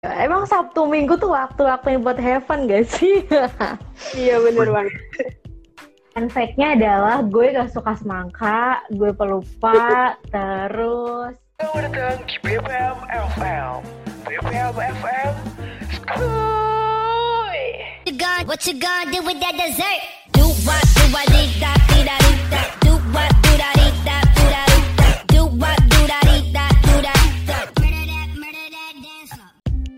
Emang Sabtu Minggu tuh waktu-waktu yang buat heaven gak sih? Iya bener banget. Fun fact-nya adalah gue gak suka semangka, gue pelupa, terus... Selamat datang di BPM FM. BPM FM. Skuy. What you gonna do with that dessert? Do what, do I dee da dee da dee da. Do what, do da dee da do da dee da. Do what, do da dee da do da dee da. Murder that dance up.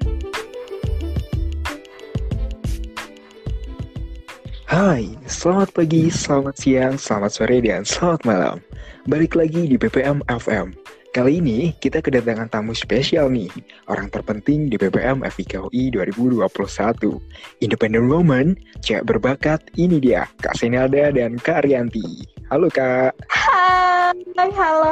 Hai, selamat pagi, selamat siang, selamat sore, dan selamat malam. Balik lagi di BPM FM. Kali ini kita kedatangan tamu spesial nih, orang terpenting di BPM FIKUI 2021. Independent woman, cewek berbakat, ini dia, Kak Senelda dan Kak Arianti. Halo Kak. Hai, halo.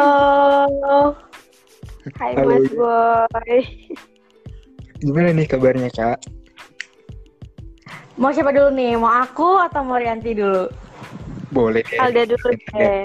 Hai Halo. Mas Boy. Gimana nih kabarnya Kak? Mau siapa dulu nih? Mau aku atau mau Rianti dulu? Boleh deh. Alda dulu deh.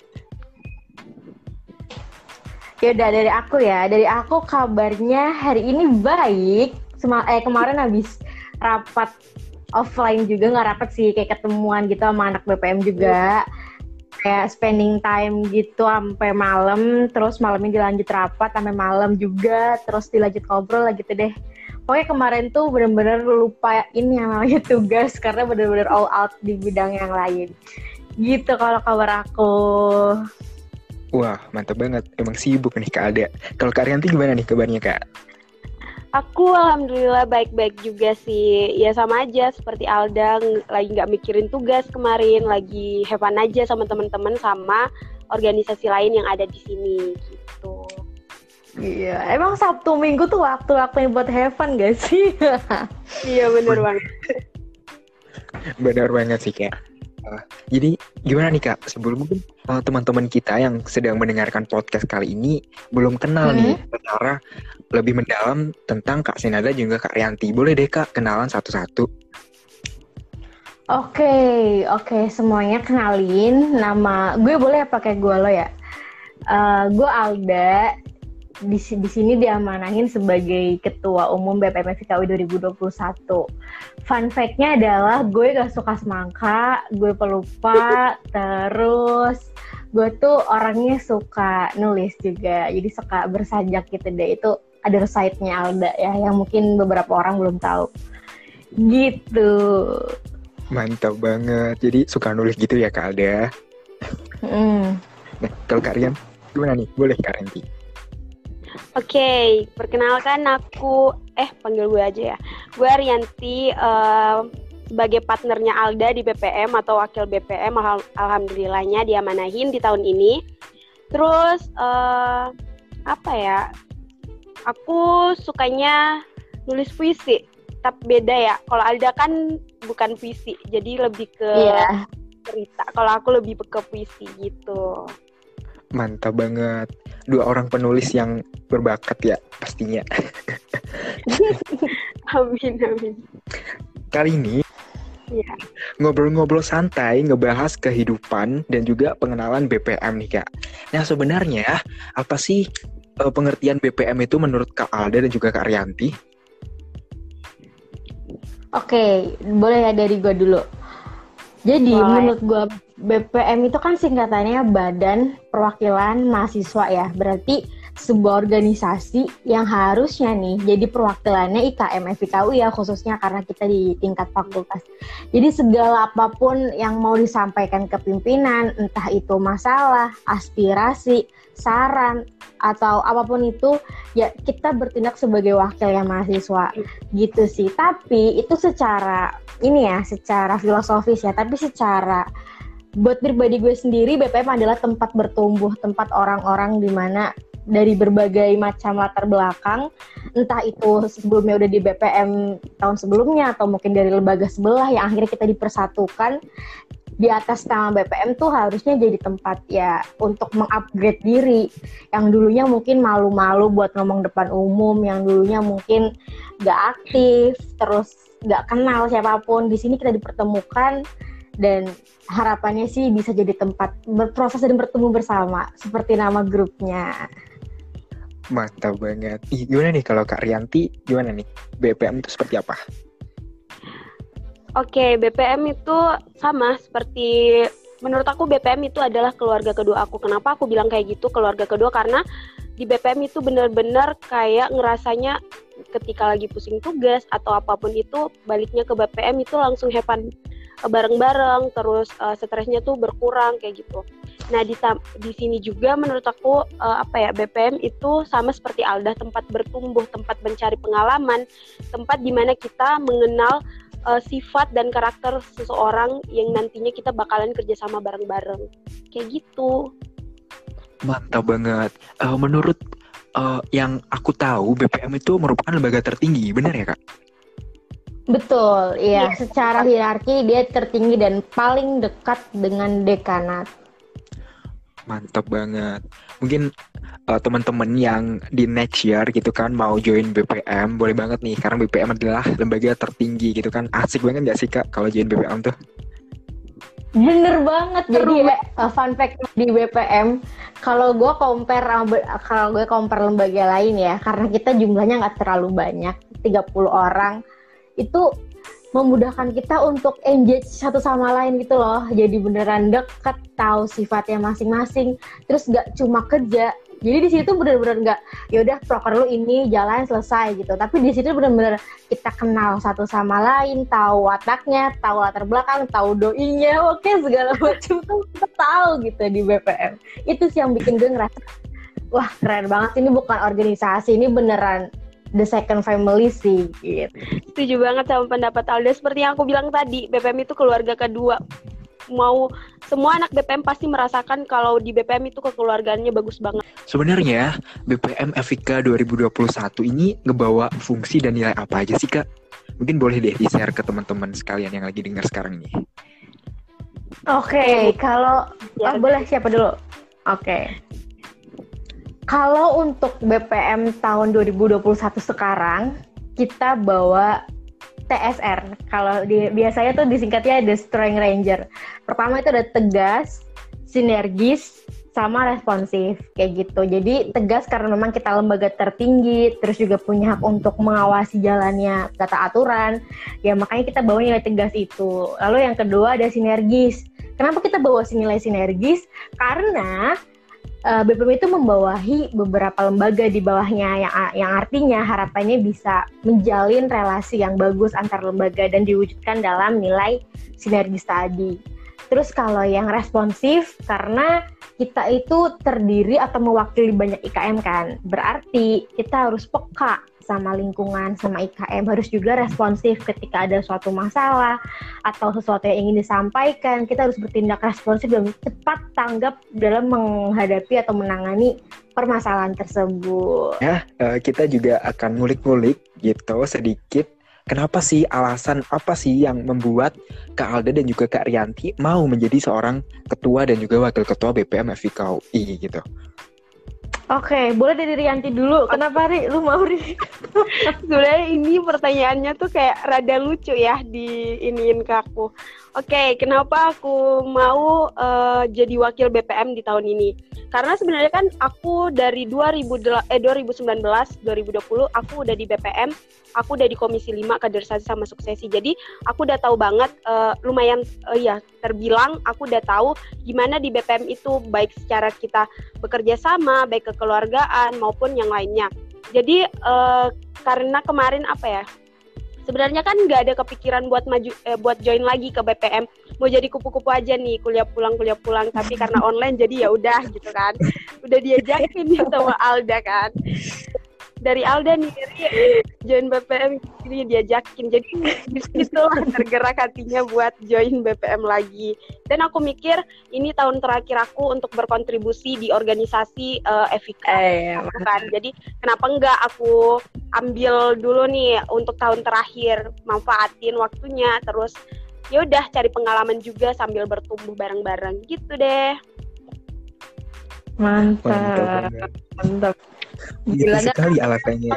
Yaudah, dari aku ya. Dari aku kabarnya hari ini baik. Kemarin habis rapat offline juga, nggak rapat sih, kayak ketemuan gitu sama anak BPM juga. Kayak spending time gitu sampai malam, terus malamnya dilanjut rapat sampai malam juga, terus dilanjut ngobrol lah gitu deh. Pokoknya kemarin tuh bener-bener lupain yang namanya tugas karena bener-bener all out di bidang yang lain. Gitu kalau kabar aku. Wah, mantap banget. Emang sibuk nih Kak Alda. Kalau Kak Arianti gimana nih kabarnya Kak? Aku alhamdulillah baik-baik juga sih. Ya sama aja seperti Alda, lagi nggak mikirin tugas kemarin, lagi have fun aja sama teman-teman sama organisasi lain yang ada di sini gitu. Iya, emang Sabtu Minggu tuh waktu-waktu yang buat heaven gak sih? Iya bener banget. Benar banget sih Kak. Jadi gimana nih Kak, sebelum mungkin teman-teman kita yang sedang mendengarkan podcast kali ini belum kenal nih secara lebih mendalam tentang Kak Senada juga Kak Rianti. Boleh deh Kak kenalan satu-satu. Oke, semuanya kenalin. Nama gue boleh pakai gue lo ya? Gue Alda. Di sini diamanahin sebagai Ketua Umum BPM FIKUI 2021. Fun fact-nya adalah gue gak suka semangka, gue pelupa, terus gue tuh orangnya suka nulis juga, jadi suka bersajak gitu deh. Itu ada site-nya Alda ya, yang mungkin beberapa orang belum tahu. Gitu. Mantap banget. Jadi suka nulis gitu ya Kak Alda. Nah, kalau Kak Rian gimana nih? Boleh Kak Rianti? Oke, perkenalkan aku, panggil gue aja ya. Gue Arianti, sebagai partnernya Alda di BPM atau wakil BPM, alhamdulillahnya diamanahin di tahun ini. Terus, apa ya, aku sukanya nulis puisi, tapi beda ya. Kalau Alda kan bukan puisi, jadi lebih ke cerita. Kalau aku lebih ke puisi gitu. Mantap banget. Dua orang penulis yang berbakat ya pastinya. Amin. Kali ini Ya. ngobrol-ngobrol santai, ngebahas kehidupan dan juga pengenalan BPM nih Kak. Nah sebenarnya apa sih pengertian BPM itu menurut Kak Alda dan juga Kak Rianti? Oke, boleh ya dari gue dulu. Jadi Boleh. menurut gue BPM itu kan singkatannya Badan Perwakilan Mahasiswa ya. Berarti sebuah organisasi yang harusnya nih jadi perwakilannya IKM FIKUI ya, khususnya karena kita di tingkat fakultas. Jadi segala apapun yang mau disampaikan ke pimpinan, entah itu masalah, aspirasi, saran, atau apapun itu, ya kita bertindak sebagai wakilnya mahasiswa gitu sih. Tapi itu secara filosofis ya, tapi secara buat pribadi gue sendiri, BPM adalah tempat bertumbuh, tempat orang-orang di mana dari berbagai macam latar belakang, entah itu sebelumnya udah di BPM tahun sebelumnya atau mungkin dari lembaga sebelah yang akhirnya kita dipersatukan di atas nama BPM tuh harusnya jadi tempat ya untuk mengupgrade diri. Yang dulunya mungkin malu-malu buat ngomong depan umum, yang dulunya mungkin gak aktif, terus gak kenal siapapun. Di sini kita dipertemukan dan harapannya sih bisa jadi tempat berproses dan bertemu bersama seperti nama grupnya. Mantap banget. Gimana nih kalau Kak Rianti, gimana nih? BPM itu seperti apa? Oke, BPM itu sama seperti, menurut aku BPM itu adalah keluarga kedua aku. Kenapa aku bilang kayak gitu, keluarga kedua? Karena di BPM itu benar-benar kayak ngerasanya ketika lagi pusing tugas atau apapun itu, baliknya ke BPM itu langsung have fun bareng-bareng, terus stresnya tuh berkurang kayak gitu. Nah di sini juga menurut aku BPM itu sama seperti Alda, tempat bertumbuh, tempat mencari pengalaman, tempat dimana kita mengenal sifat dan karakter seseorang yang nantinya kita bakalan kerjasama bareng-bareng kayak gitu. Mantap banget. Menurut yang aku tahu, BPM itu merupakan lembaga tertinggi, benar ya Kak? Betul, iya. Secara hierarki dia tertinggi dan paling dekat dengan dekanat. Mantap banget. Mungkin teman-teman yang di next year gitu kan mau join BPM, boleh banget nih, karena BPM adalah lembaga tertinggi gitu kan. Asik banget gak sih Kak kalau join BPM tuh? Bener banget. Jadi fun fact di BPM, kalau gue compare lembaga lain ya, karena kita jumlahnya nggak terlalu banyak, 30 orang, itu memudahkan kita untuk engage satu sama lain gitu loh. Jadi beneran deket, tahu sifatnya masing-masing, terus nggak cuma kerja. Jadi di situ bener-bener nggak, yaudah proker lu ini jalan selesai gitu. Tapi di situ bener-bener kita kenal satu sama lain, tahu wataknya, tahu latar belakang, tahu doinya, oke segala macam tuh kita tahu gitu di BPM. Itu sih yang bikin gue ngerasa, wah keren banget. Ini bukan organisasi, ini beneran the second family sih gitu. Setuju banget sama pendapat Alda. Seperti yang aku bilang tadi, BPM itu keluarga kedua. Mau semua anak BPM pasti merasakan kalau di BPM itu kekeluargaannya bagus banget. Sebenarnya BPM FIK 2021 ini ngebawa fungsi dan nilai apa aja sih Kak? Mungkin boleh deh di-share ke teman-teman sekalian yang lagi dengar sekarang ini. Oke, kalau boleh siapa dulu? Oke. Kalau untuk BPM tahun 2021 sekarang, kita bawa TSR. Kalau biasanya tuh disingkatnya The Strength Ranger. Pertama itu ada tegas, sinergis, sama responsif kayak gitu. Jadi tegas karena memang kita lembaga tertinggi, terus juga punya hak untuk mengawasi jalannya tata aturan. Ya makanya kita bawa nilai tegas itu. Lalu yang kedua ada sinergis. Kenapa kita bawa nilai sinergis? Karena BPM itu membawahi beberapa lembaga di bawahnya yang artinya harapannya bisa menjalin relasi yang bagus antar lembaga dan diwujudkan dalam nilai sinergis tadi. Terus kalau yang responsif, karena kita itu terdiri atau mewakili banyak IKM kan, berarti kita harus peka sama lingkungan, sama IKM, harus juga responsif ketika ada suatu masalah atau sesuatu yang ingin disampaikan, kita harus bertindak responsif dan cepat tanggap dalam menghadapi atau menangani permasalahan tersebut. Ya, kita juga akan ngulik-ngulik gitu sedikit. Kenapa sih, alasan apa sih yang membuat Kak Alda dan juga Kak Rianti mau menjadi seorang ketua dan juga wakil ketua BPM FIK UI gitu? Oke, boleh dari Rianti dulu. Kenapa Ri? Lu mau Ri? Sebenarnya ini pertanyaannya tuh kayak rada lucu ya di iniin ke aku. Oke, kenapa aku mau jadi wakil BPM di tahun ini? Karena sebenarnya kan aku dari 2019, 2020 aku udah di BPM, aku udah di Komisi 5 Kaderisasi sama Suksesi. Jadi aku udah tahu banget, lumayan terbilang aku udah tahu gimana di BPM itu baik secara kita bekerja sama, baik kekeluargaan maupun yang lainnya. Jadi karena kemarin sebenarnya kan nggak ada kepikiran buat join lagi ke BPM, mau jadi kupu-kupu aja nih, kuliah pulang, tapi karena online jadi ya udah gitu kan, udah diajakin nih sama Alda kan, dari Alda nih join BPM ini diajakin, jadi disitulah tergerak hatinya buat join BPM lagi. Dan aku mikir ini tahun terakhir aku untuk berkontribusi di organisasi FIK kan, jadi kenapa enggak aku ambil dulu nih untuk tahun terakhir, manfaatin waktunya, terus ya udah cari pengalaman juga sambil bertumbuh bareng-bareng gitu deh. Mantap. Gila sekali alasannya.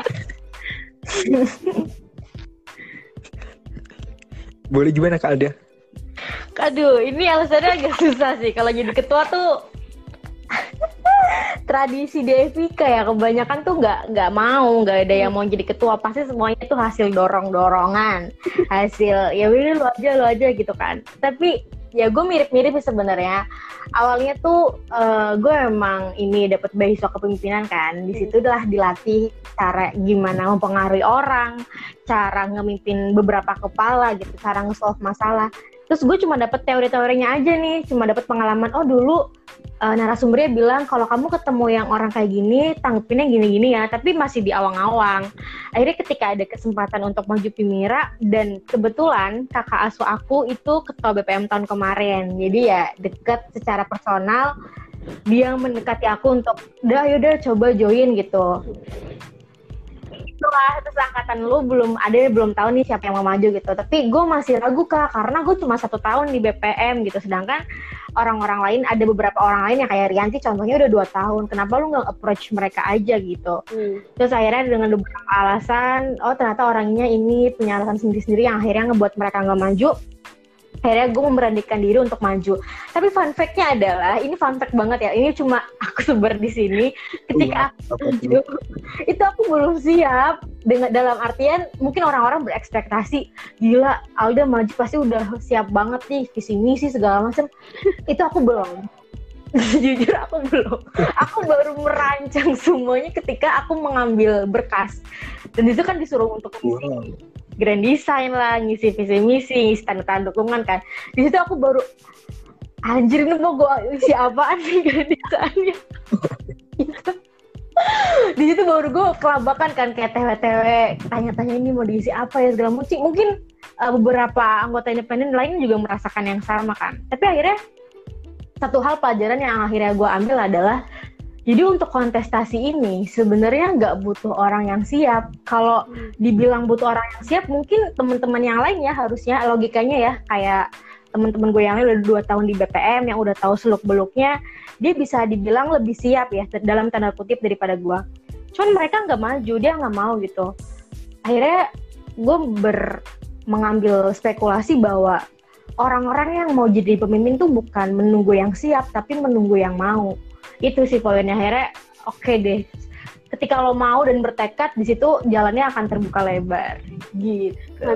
Boleh gimana Kak Alda? Aduh, ini alasannya agak susah sih. Kalau jadi ketua tuh tradisi di FIK ya, kebanyakan tuh nggak ada yang mau jadi ketua, pasti semuanya tuh hasil dorongan, hasil ya udah lu aja gitu kan. Tapi ya gue mirip-mirip sih sebenarnya. Awalnya tuh gue emang ini dapat beasiswa kepemimpinan kan, di situ udah dilatih cara gimana mempengaruhi orang, cara ngemimpin beberapa kepala gitu, cara nge-solve masalah. Terus gue cuma dapet teori-teorinya aja nih, cuma dapet pengalaman, oh dulu narasumbernya bilang kalau kamu ketemu yang orang kayak gini, tanggepinnya gini-gini ya, tapi masih di awang-awang. Akhirnya ketika ada kesempatan untuk maju Pimira, dan kebetulan kakak asuh aku itu ketua BPM tahun kemarin, jadi ya deket secara personal, dia mendekati aku untuk, yaudah coba join gitu. Itulah, terus angkatan lu belum tahu nih siapa yang mau maju gitu. Tapi gue masih ragu Kak, karena gue cuma 1 tahun di BPM gitu. Sedangkan orang-orang lain, ada beberapa orang lain yang kayak Rianti contohnya udah 2 tahun. Kenapa lu gak approach mereka aja gitu. Terus akhirnya dengan beberapa alasan, oh ternyata orangnya ini punya alasan sendiri-sendiri yang akhirnya ngebuat mereka gak maju. Akhirnya gue memberanikan diri untuk maju. Tapi fun fact-nya adalah, ini fun fact banget ya, ini cuma aku sebar di sini. Ketika aku maju, itu aku belum siap. Dalam artian, mungkin orang-orang berekspektasi, gila, Alda maju pasti udah siap banget nih, visi misi segala macam. Itu aku belum. Jujur aku belum. Aku baru merancang semuanya ketika aku mengambil berkas. Dan itu kan disuruh untuk isi grand design lah, ngisi visi misi, ngisi tanda-tanda dukungan kan. Di situ aku baru, anjir ini mau gue isi apaan nih grand design-nya. Di situ baru gue kelabakan kan, kayak TW-TW, tanya-tanya ini mau diisi apa ya segala macam. Mungkin beberapa anggota independen lain juga merasakan yang sama kan. Tapi akhirnya satu hal pelajaran yang akhirnya gue ambil adalah, jadi untuk kontestasi ini sebenarnya nggak butuh orang yang siap. Kalau dibilang butuh orang yang siap, mungkin teman-teman yang lain ya harusnya, logikanya ya, kayak teman-teman gue yang lain udah 2 tahun di BPM, yang udah tahu seluk-beluknya, dia bisa dibilang lebih siap ya, dalam tanda kutip daripada gue. Cuman mereka nggak maju, dia nggak mau gitu. Akhirnya gue mengambil spekulasi bahwa orang-orang yang mau jadi pemimpin tuh bukan menunggu yang siap, tapi menunggu yang mau. Itu sih poinnya. Akhirnya oke deh, ketika lo mau dan bertekad, di situ jalannya akan terbuka lebar gitu.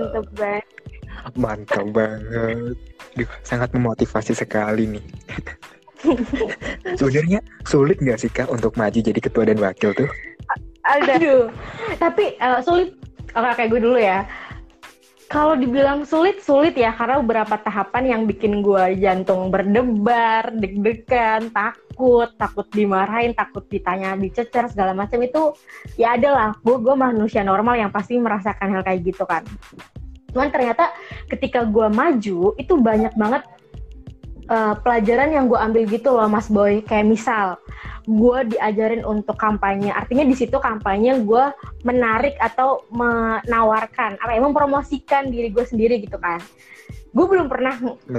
Mantap banget. Duh, sangat memotivasi sekali nih. Sebenarnya sulit nggak sih Kak untuk maju jadi ketua dan wakil tuh? Aduh, tapi sulit. Kayak gue dulu ya. Kalau dibilang sulit ya, karena beberapa tahapan yang bikin gue jantung berdebar, deg-degan, takut dimarahin, takut ditanya, dicecer, segala macam itu ya ada lah. Gue manusia normal yang pasti merasakan hal kayak gitu kan. Cuman ternyata ketika gue maju, itu banyak banget pelajaran yang gue ambil gitu loh Mas Boy. Kayak misal, gue diajarin untuk kampanye. Artinya di situ kampanye gue menarik atau menawarkan, mempromosikan diri gue sendiri gitu kan. Gue belum pernah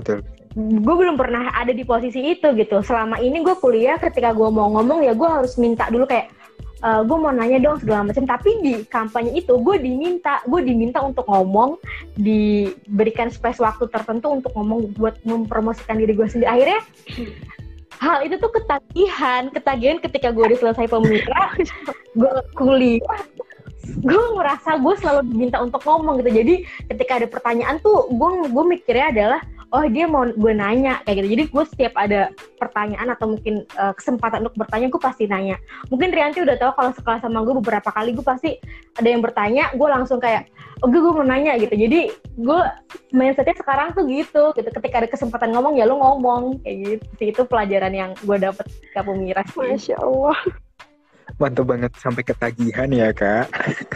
ada di posisi itu gitu. Selama ini gue kuliah, ketika gue mau ngomong ya gue harus minta dulu kayak, gue mau nanya dong segala macam. Tapi di kampanye itu gue diminta untuk ngomong, diberikan space waktu tertentu untuk ngomong buat mempromosikan diri gue sendiri. Akhirnya hal itu tuh ketagihan ketika gue udah selesai Pemira, gue kuliah, gue ngerasa gue selalu diminta untuk ngomong gitu. Jadi ketika ada pertanyaan tuh gue mikirnya adalah, oh dia mau gue nanya kayak gitu. Jadi gue setiap ada pertanyaan atau mungkin kesempatan untuk bertanya, gue pasti nanya. Mungkin Rianti udah tahu kalau sekelas sama gue beberapa kali gue pasti ada yang bertanya, gue langsung kayak, gue mau nanya gitu. Jadi gue mindsetnya sekarang tuh gitu. Ketika ada kesempatan ngomong ya lu ngomong kayak gitu. Itu pelajaran yang gue dapet ke Pemira. Masya Allah. Mantap banget, sampai ketagihan ya Kak.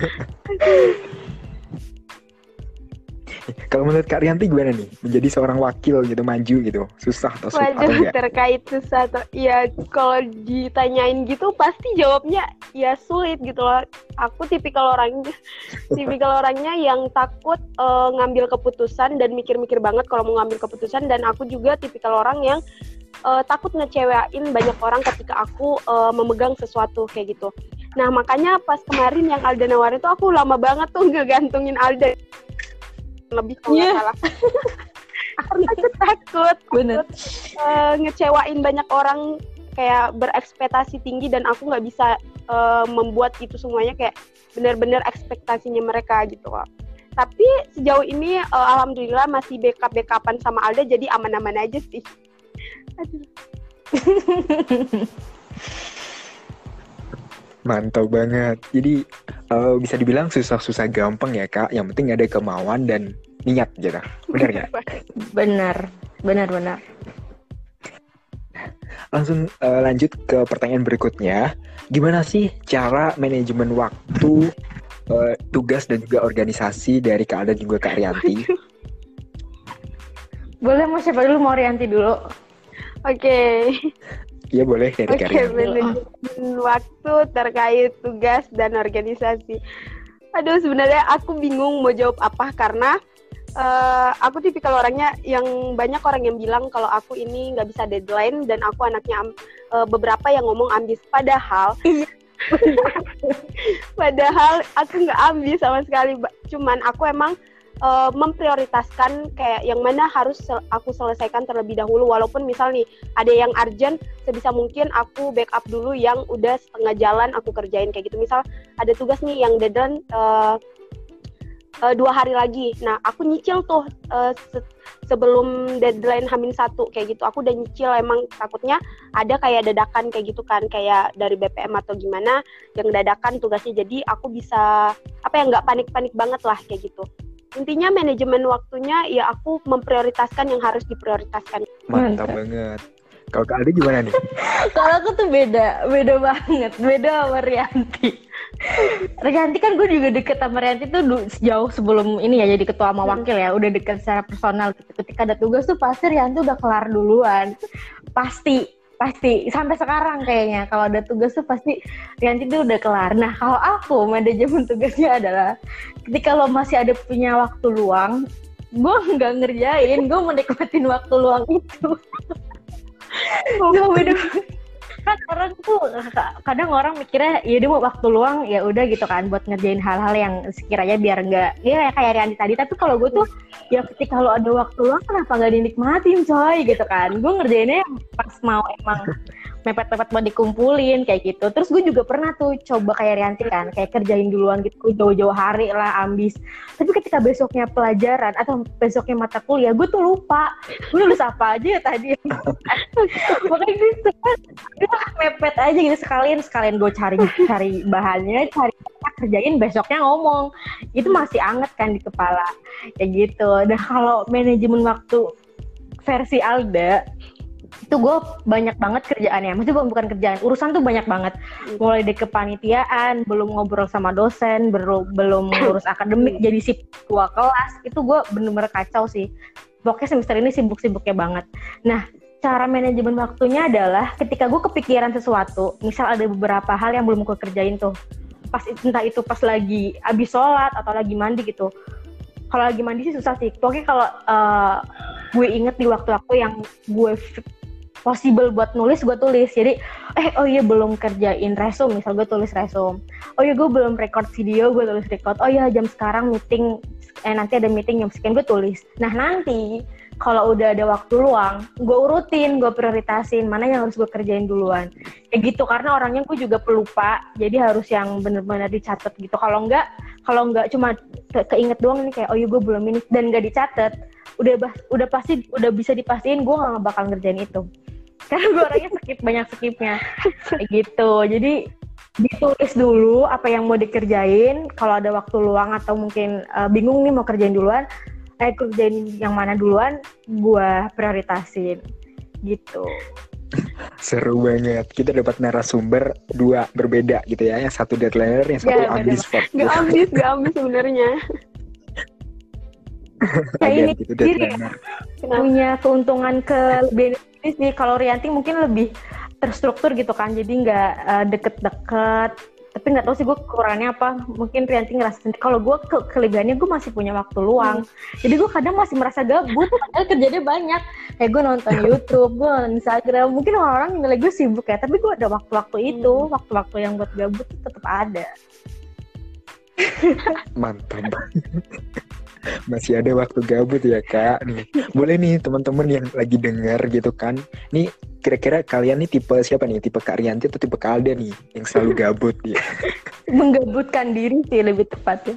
Kalau menurut Kak Rianti gimana nih menjadi seorang wakil gitu, maju gitu, susah atau sulit atau enggak? Terkait susah atau ya, kalau ditanyain gitu pasti jawabnya ya sulit gitu loh. Aku tipikal orangnya yang takut ngambil keputusan dan mikir-mikir banget kalau mau ngambil keputusan, dan aku juga tipikal orang yang takut ngecewain banyak orang ketika aku memegang sesuatu kayak gitu. Nah makanya pas kemarin yang Alda nawarin tuh aku lama banget tuh ngegantungin Alda. Lebih kalau nggak salah. Aku takut ngecewain banyak orang kayak berekspektasi tinggi dan aku nggak bisa membuat itu semuanya kayak benar-benar ekspektasinya mereka gitu loh. Tapi sejauh ini alhamdulillah masih backup-backupan sama Alda, jadi aman-aman aja sih. Aduh. Mantap banget. Jadi bisa dibilang susah-susah gampang ya Kak. Yang penting ada kemauan dan niat gitu. Benar nggak? Benar. Langsung lanjut ke pertanyaan berikutnya. Gimana sih cara manajemen waktu, tugas dan juga organisasi dari Kak Alda dan juga Kak Rianti? Boleh mau siapa dulu? Mau Rianti dulu? Oke. Iya boleh dari Kak Rianti. Manajemen waktu terkait tugas dan organisasi. Aduh, sebenarnya aku bingung mau jawab apa karena aku tipikal orangnya yang banyak orang yang bilang kalau aku ini nggak bisa deadline dan aku anaknya beberapa yang ngomong ambis. Padahal aku nggak ambis sama sekali. Cuman aku emang memprioritaskan kayak yang mana harus aku selesaikan terlebih dahulu. Walaupun misal nih ada yang urgent, sebisa mungkin aku backup dulu yang udah setengah jalan aku kerjain kayak gitu. Misal ada tugas nih yang deadline 2 hari lagi. Nah, aku nyicil tuh sebelum deadline H-1 kayak gitu. Aku udah nyicil, emang takutnya ada kayak dadakan kayak gitu kan, kayak dari BPM atau gimana yang dadakan tugasnya. Jadi aku bisa nggak panik-panik banget lah kayak gitu. Intinya manajemen waktunya ya aku memprioritaskan yang harus diprioritaskan. Mantap banget. Kalau Kak Alda gimana nih? Kalau aku tuh beda banget, beda sama Rianti. Rianti kan gue juga deket sama Rianti tuh jauh sebelum ini ya jadi ketua sama wakil ya, udah deket secara personal gitu. Ketika ada tugas tuh pasti Rianti udah kelar duluan, pasti sampai sekarang kayaknya kalau ada tugas tuh pasti Rianti tuh udah kelar. Nah kalau aku manajemen tugasnya adalah ketika lo masih ada punya waktu luang, gue nggak ngerjain, gue menikmatin waktu luang itu. Kan orang tuh kadang orang mikirnya ya dia mau waktu luang ya udah gitu kan buat ngerjain hal-hal yang sekiranya biar nggak ya kayak Rianti tadi. Tapi kalau gue tuh ya ketika lo ada waktu luang kenapa nggak dinikmatin coy gitu kan. Gue ngerjainnya pas mau emang mepet-mepet mau dikumpulin kayak gitu. Terus gue juga pernah tuh coba kayak Rianti kan, kayak kerjain duluan gitu jauh-jauh hari lah ambis. Tapi ketika besoknya pelajaran atau besoknya mata kuliah gue tuh lupa gue nulis apa aja ya tadi. Makanya gitu kan mepet aja gitu, sekalian gue cari bahannya, kerjain, besoknya ngomong. Itu masih anget kan di kepala kayak gitu. Dan kalau manajemen waktu versi Alda itu gue banyak banget kerjaannya. Maksudnya bukan kerjaan, urusan tuh banyak banget. Mulai dari kepanitiaan, belum ngobrol sama dosen, belum ngurus akademik, jadi sip 2 kelas. Itu gue bener-bener kacau sih. Pokoknya semester ini sibuk-sibuknya banget. Nah, cara manajemen waktunya adalah ketika gue kepikiran sesuatu, misal ada beberapa hal yang belum gue kerjain tuh, entah itu pas lagi abis sholat atau lagi mandi gitu. Kalau lagi mandi sih susah sih. Pokoknya kalau gue inget di waktu-waktu yang gue possible buat nulis, gue tulis. Jadi, oh iya belum kerjain resume, misal gue tulis resume. Oh iya gue belum record video, gue tulis record. Oh iya jam sekarang meeting, nanti ada meeting jam sekian, gue tulis. Nah nanti kalau udah ada waktu luang, gue urutin, gue prioritasin mana yang harus gue kerjain duluan. Kayak gitu, karena orangnya gue juga pelupa, jadi harus yang bener-bener dicatat gitu. Kalau enggak cuma keinget doang nih kayak, oh iya gue belum ini, dan nggak dicatat, udah pasti udah bisa dipastiin gue nggak bakal ngerjain itu. Karena gue orangnya banyak skipnya, kayak gitu. Jadi ditulis dulu apa yang mau dikerjain. Kalau ada waktu luang atau mungkin bingung nih mau kerjain duluan, kerjain yang mana duluan, gue prioritasin gitu. Seru banget. Kita dapat narasumber 2 berbeda gitu ya. Yang satu deadliner, yang satu ambis. Gak ambis sebenarnya. Nah ini gitu, punya keuntungan kelebihan sih. Kalau Rianti mungkin lebih terstruktur gitu kan, jadi nggak deket-deket. Tapi nggak tahu sih gue kekurangannya apa. Mungkin Rianti ngerasa sendiri. Kalau gue kelebihannya gue masih punya waktu luang. Jadi gue kadang masih merasa gabut, padahal kerjanya banyak. Kayak gue nonton YouTube, gue nonton Instagram. Mungkin orang-orang nilai gue sibuk ya, tapi gue ada waktu-waktu itu, waktu-waktu yang buat gabut tetap ada. Mantap. Masih ada waktu gabut ya Kak. Nih, boleh nih teman-teman yang lagi dengar gitu kan. Nih kira-kira kalian nih tipe siapa nih? Tipe Kak Rianti atau tipe Kak Alda nih yang selalu gabut ya? Menggabutkan diri sih lebih tepatnya.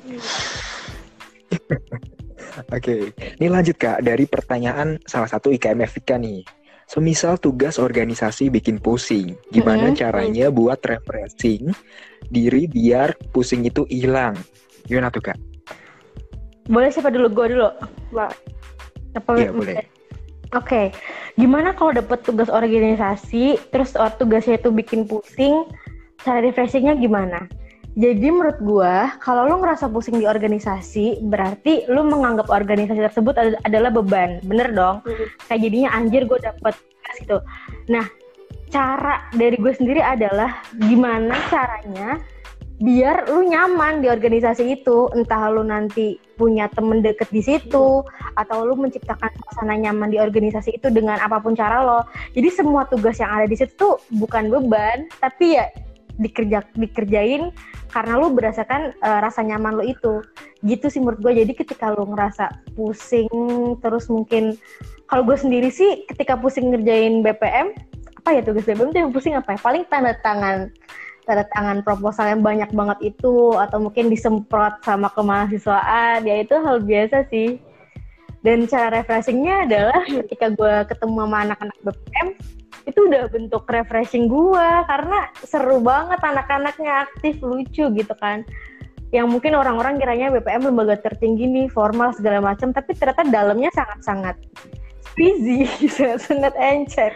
Oke, ini lanjut Kak dari pertanyaan salah satu IKM FIK nih. Semisal tugas organisasi bikin pusing, gimana caranya buat refreshing diri biar pusing itu hilang? Gimana tuh Kak? Boleh siapa dulu? Gue dulu. Iya boleh. Oke, gimana kalau dapet tugas organisasi, terus tugasnya itu bikin pusing, cara refreshingnya gimana? Jadi menurut gue, kalau lo ngerasa pusing di organisasi, berarti lo menganggap organisasi tersebut adalah beban, bener dong? Kayak jadinya anjir gue dapet tugas gitu. Nah, cara dari gue sendiri adalah gimana caranya biar lu nyaman di organisasi itu, entah lu nanti punya temen deket di situ, atau lu menciptakan suasana nyaman di organisasi itu dengan apapun cara lo. Jadi semua tugas yang ada di situ tuh bukan beban, tapi ya dikerjain karena lu berdasarkan rasa nyaman lo itu. Gitu sih menurut gue. Jadi ketika lu ngerasa pusing, terus mungkin kalau gue sendiri sih ketika pusing ngerjain BPM, apa ya tugas BPM tuh yang pusing apa ya? Paling tanda tangan proposal yang banyak banget itu, atau mungkin disemprot sama kemahasiswaan, ya itu hal biasa sih. Dan cara refreshingnya adalah ketika gue ketemu sama anak-anak BPM, itu udah bentuk refreshing gue, karena seru banget anak-anaknya, aktif, lucu gitu kan. Yang mungkin orang-orang kiranya BPM lembaga tertinggi nih, formal segala macam, tapi ternyata dalamnya sangat-sangat busy, sangat encer.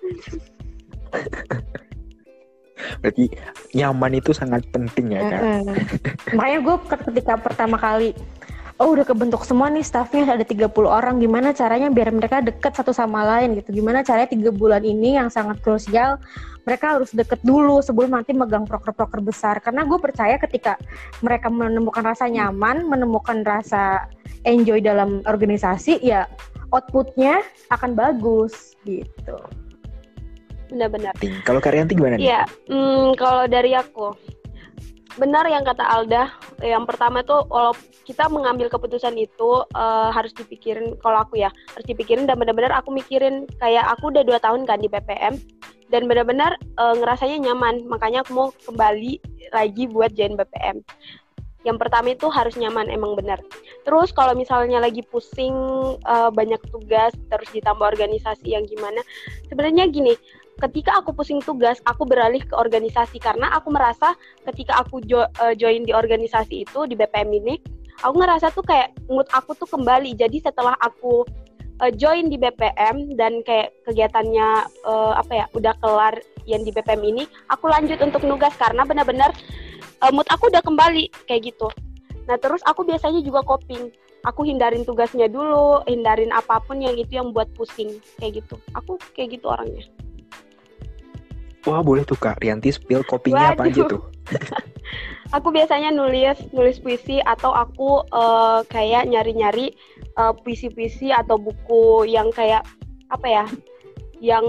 Berarti nyaman itu sangat penting ya Kak. Makanya gue ketika pertama kali udah kebentuk semua nih staffnya ada 30 orang, gimana caranya biar mereka deket satu sama lain gitu, gimana caranya 3 bulan ini yang sangat krusial mereka harus deket dulu sebelum nanti megang proker-proker besar. Karena gue percaya ketika mereka menemukan rasa nyaman, menemukan rasa enjoy dalam organisasi, ya outputnya akan bagus gitu. Benar-benar. Kalau Karyanti gimana nih? Iya, kalau dari aku, benar yang kata Alda. Yang pertama tuh, kalau kita mengambil keputusan itu harus dipikirin. Kalau aku ya, harus dipikirin dan benar-benar aku mikirin. Kayak aku udah 2 tahun kan di BPM dan benar-benar ngerasanya nyaman. Makanya aku mau kembali lagi buat join BPM. Yang pertama itu harus nyaman, emang benar. Terus kalau misalnya lagi pusing, banyak tugas, terus ditambah organisasi yang gimana, sebenarnya gini, ketika aku pusing tugas, aku beralih ke organisasi karena aku merasa ketika aku join di organisasi itu, di BPM ini, aku ngerasa tuh kayak mood aku tuh kembali. Jadi setelah aku join di BPM dan kayak kegiatannya udah kelar yang di BPM ini, aku lanjut untuk nugas karena benar-benar mood aku udah kembali kayak gitu. Nah terus aku biasanya juga coping. Aku hindarin tugasnya dulu, hindarin apapun yang itu yang buat pusing kayak gitu. Aku kayak gitu orangnya. Wah boleh tuh Kak Rianti spill copingnya apa aja tuh? Aku biasanya nulis puisi, atau aku kayak nyari-nyari puisi-puisi atau buku yang kayak apa ya, yang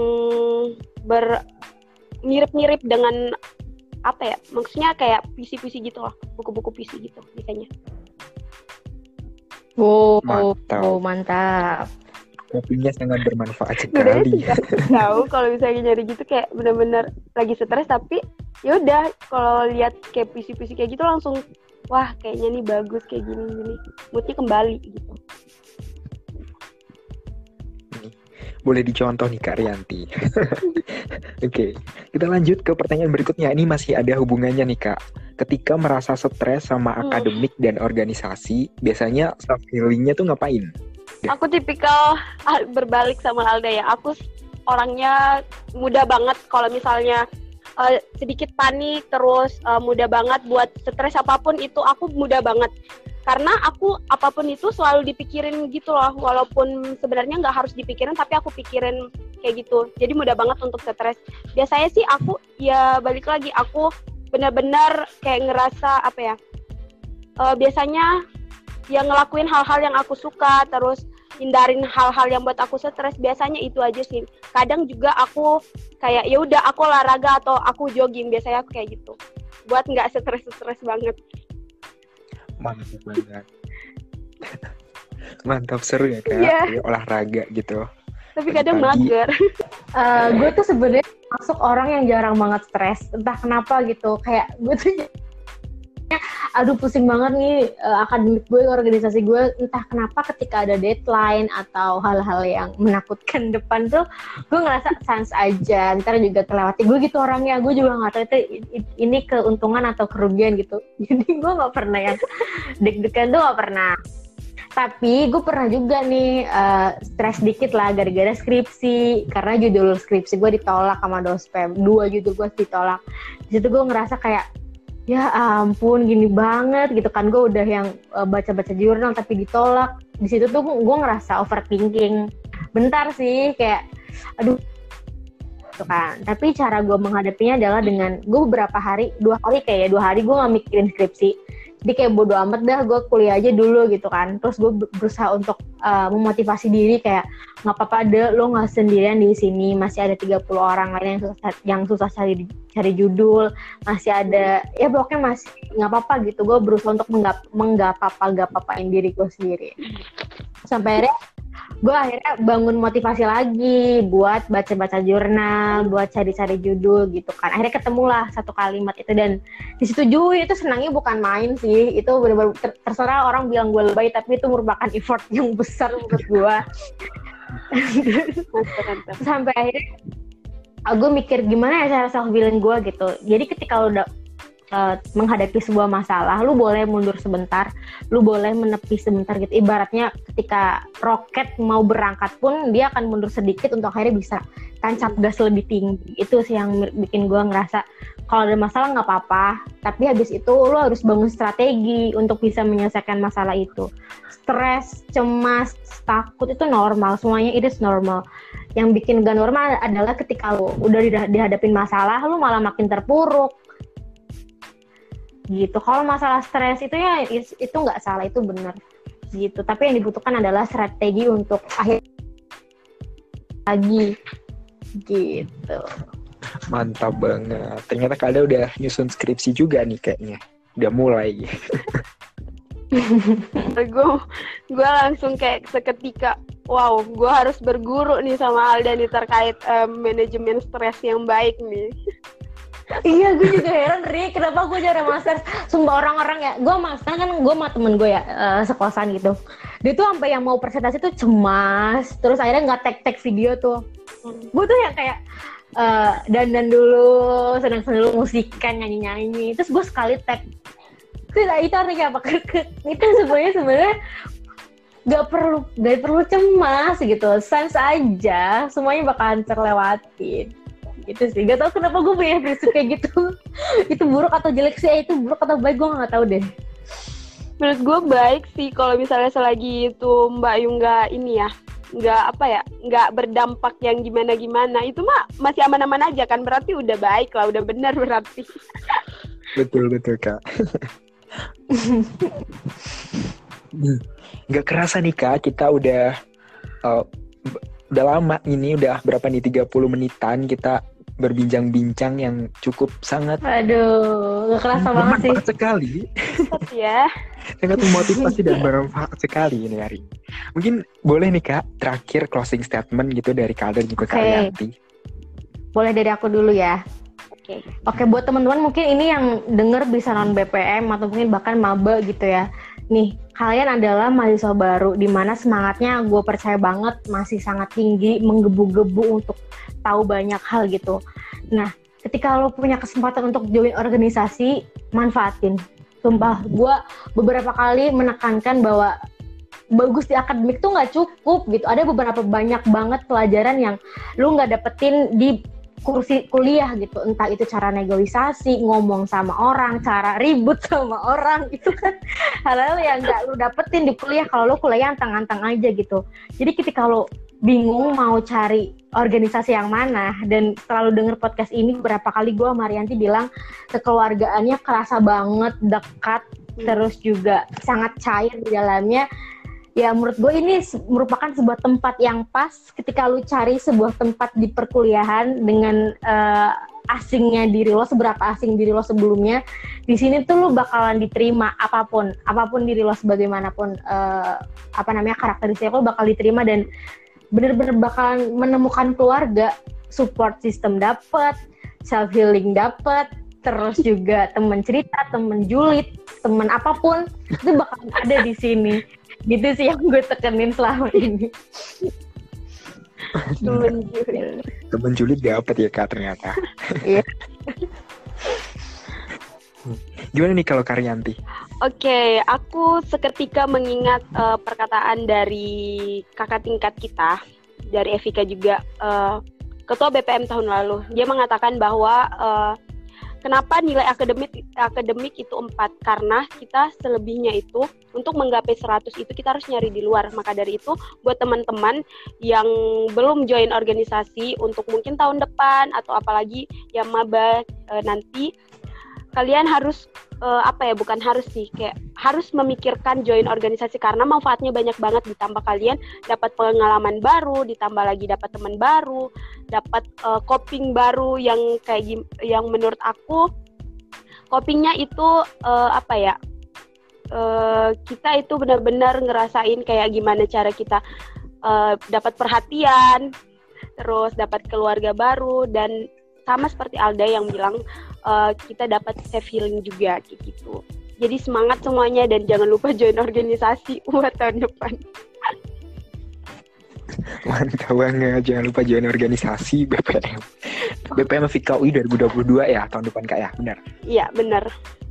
mirip-mirip dengan apa ya, maksudnya kayak puisi-puisi gitu loh, buku-buku puisi gitu biasanya. Mantap. Kopinya sangat bermanfaat sekali. Tahu kalau misalnya nyari gitu kayak benar-benar lagi stres, tapi ya udah kalau lihat kayak puisi-puisi kayak gitu langsung wah kayaknya nih bagus kayak gini, moodnya kembali gitu. Boleh dicontoh nih Kak Rianti. Oke, kita lanjut ke pertanyaan berikutnya. Ini masih ada hubungannya nih Kak. Ketika merasa stres sama akademik dan organisasi, biasanya self healingnya tuh ngapain? Aku tipikal berbalik sama Alda ya. Aku orangnya mudah banget kalau misalnya sedikit panik, terus mudah banget buat stres apapun itu, aku mudah banget. Karena aku apapun itu selalu dipikirin gitu loh, walaupun sebenarnya nggak harus dipikirin, tapi aku pikirin kayak gitu. Jadi mudah banget untuk stres. Biasanya sih aku ya balik lagi, aku benar-benar kayak ngerasa apa ya, biasanya ya ngelakuin hal-hal yang aku suka, terus hindarin hal-hal yang buat aku stres. Biasanya itu aja sih. Kadang juga aku kayak ya udah aku olahraga atau aku jogging, biasanya aku kayak gitu buat nggak stres banget. Mantap banget. Mantap, seru ya Kak, Iya. kayak olahraga gitu. Tapi kadang Pagi-pagi. mager. Gue tuh sebenarnya masuk orang yang jarang banget stres, entah kenapa gitu. Kayak gue tuh aduh pusing banget nih, akademik gue, organisasi gue, entah kenapa ketika ada deadline atau hal-hal yang menakutkan depan tuh gue ngerasa sans aja, ntar juga terlewati. Gue gitu orangnya, gue juga nggak tahu itu ini keuntungan atau kerugian gitu. Jadi gue nggak pernah yang deg-degan tuh, nggak pernah. Tapi gue pernah juga nih stres dikit lah gara-gara skripsi, karena judul skripsi gue ditolak sama dospem, 2 judul gue ditolak. Di situ gue ngerasa kayak ya ampun gini banget gitu kan, gue udah yang baca-baca jurnal tapi ditolak. Di situ tuh gue ngerasa overthinking bentar sih, kayak aduh gitu kan. Tapi cara gue menghadapinya adalah dengan gue beberapa hari, 2 hari gue gak mikirin skripsi. Jadi kayak bodo amat dah, gue kuliah aja dulu gitu kan. Terus gue berusaha untuk memotivasi diri kayak nggak apa-apa deh, lo nggak sendirian di sini, masih ada 30 orang lain yang susah cari judul, masih ada ya pokoknya masih nggak apa-apa gitu. Gue berusaha untuk menggapapain diri gue sendiri. Sampai akhirnya bangun motivasi lagi buat baca-baca jurnal, buat cari-cari judul gitu kan. Akhirnya ketemulah satu kalimat itu dan disetujui. Itu senangnya bukan main sih. Itu benar-benar terserah orang bilang gue lebay, tapi itu merupakan effort yang besar menurut gue. Sampai akhirnya gue mikir gimana ya cara self healing gue gitu. Jadi ketika lo udah menghadapi sebuah masalah, lu boleh mundur sebentar, lu boleh menepi sebentar gitu. Ibaratnya ketika roket mau berangkat pun dia akan mundur sedikit untuk akhirnya bisa tancap gas lebih tinggi. Itu sih yang bikin gue ngerasa kalau ada masalah nggak apa-apa, tapi habis itu lu harus bangun strategi untuk bisa menyelesaikan masalah itu. Stres, cemas, takut itu normal, semuanya it is normal. Yang bikin gak normal adalah ketika lu udah dihadapin masalah, lu malah makin terpuruk gitu. Kalau masalah stres itu ya itu nggak salah, itu benar gitu. Tapi yang dibutuhkan adalah strategi untuk akhir lagi gitu. Mantap banget. Ternyata Kak Alda udah nyusun skripsi juga nih kayaknya. Udah mulai. Gue langsung kayak seketika, wow, gue harus berguru nih sama Alda nih terkait manajemen stres yang baik nih. Iya, gue juga heran, Ri, kenapa gue jarang master. Sumpah orang-orang ya, gue master kan gue sama temen gue ya, sekosan gitu. Dia tuh sampai yang mau presentasi tuh cemas, terus akhirnya nggak tag video tuh. Gue tuh yang kayak dandan dulu, senang-senang dulu, musikan, nyanyi-nyanyi. Terus gue sekali tag. Itu artinya apa? Itu sebenarnya nggak perlu cemas gitu, sans aja, semuanya bakalan terlewatin. Gitu sih, gak tau kenapa gue punya prinsip kayak gitu. Itu buruk atau jelek sih, itu buruk atau baik gue gak tahu deh. Menurut gue baik sih kalau misalnya selagi itu Mbak Yu nggak berdampak yang gimana-gimana, itu mah masih aman-aman aja kan, berarti udah baik lah, udah benar berarti. Betul Kak. Nggak kerasa nih Kak, kita udah lama ini, udah berapa nih, 30 menitan kita berbincang-bincang yang cukup sangat gak kerasa banget sih. Bermanfaat sekali. Ya. Sangat memotivasi dan bermanfaat sekali ini hari. Mungkin boleh nih Kak, terakhir closing statement gitu dari Kak Alda juga Kak Yanti. Boleh dari aku dulu ya. Oke, buat teman-teman mungkin ini yang denger bisa non BPM atau mungkin bahkan maba gitu ya. Nih, kalian adalah mahasiswa baru di mana semangatnya gue percaya banget masih sangat tinggi, menggebu-gebu untuk tahu banyak hal gitu. Nah, ketika lo punya kesempatan untuk join organisasi, manfaatin. Sumpah, gue beberapa kali menekankan bahwa bagus di akademik tuh nggak cukup gitu. Ada beberapa banyak banget pelajaran yang lo nggak dapetin di kursi kuliah gitu, entah itu cara negosiasi, ngomong sama orang, cara ribut sama orang, itu kan hal-hal yang nggak lu dapetin di kuliah kalau lu kuliah anteng-anteng aja gitu. Jadi ketika lu bingung mau cari organisasi yang mana, dan selalu denger podcast ini berapa kali gue sama Rianti bilang kekeluargaannya kerasa banget, dekat, terus juga sangat cair di dalamnya. Ya menurut gue ini merupakan sebuah tempat yang pas ketika lu cari sebuah tempat di perkuliahan dengan asingnya diri lo, seberapa asing diri lo sebelumnya, di sini tuh lo bakalan diterima apapun diri lo sebagaimanapun karakteristik lo bakal diterima dan bener-bener bakalan menemukan keluarga, support system dapet, self healing dapet, terus juga temen cerita, temen julid, temen apapun itu bakalan ada di sini. Gitu sih yang gue tekenin selama ini. Temen julid dapet ya Kak ternyata. Iya. Gimana nih kalau Karyanti? Oke, aku seketika mengingat perkataan dari kakak tingkat kita, dari Evika juga, ketua BPM tahun lalu. Dia mengatakan bahwa kenapa nilai akademik itu 4? Karena kita selebihnya itu untuk menggapai 100 itu kita harus nyari di luar. Maka dari itu buat teman-teman yang belum join organisasi untuk mungkin tahun depan atau apalagi yang maba nanti, kalian harus bukan harus sih, kayak harus memikirkan join organisasi karena manfaatnya banyak banget. Ditambah kalian dapat pengalaman baru, ditambah lagi dapat teman baru, dapat coping baru yang yang menurut aku copingnya itu kita itu benar-benar ngerasain kayak gimana cara kita dapat perhatian, terus dapat keluarga baru, dan sama seperti Alda yang bilang kita dapat self healing juga kayak gitu. Jadi semangat semuanya dan jangan lupa join organisasi buat tahun depan. Mantap banget, jangan lupa join organisasi BPM. BPM FIKA UI 2022 ya tahun depan Kak ya, benar? Iya, benar.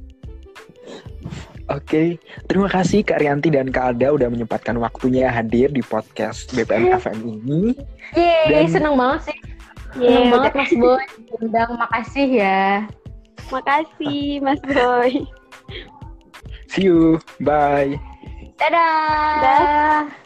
Oke, terima kasih Kak Rianti dan Kak Alda udah menyempatkan waktunya hadir di podcast BPM FM ini. Yeay, seneng banget sih. Seneng banget Mas Boy undang, makasih ya. Makasih Mas Boy. See you, bye. Dadah. Dah.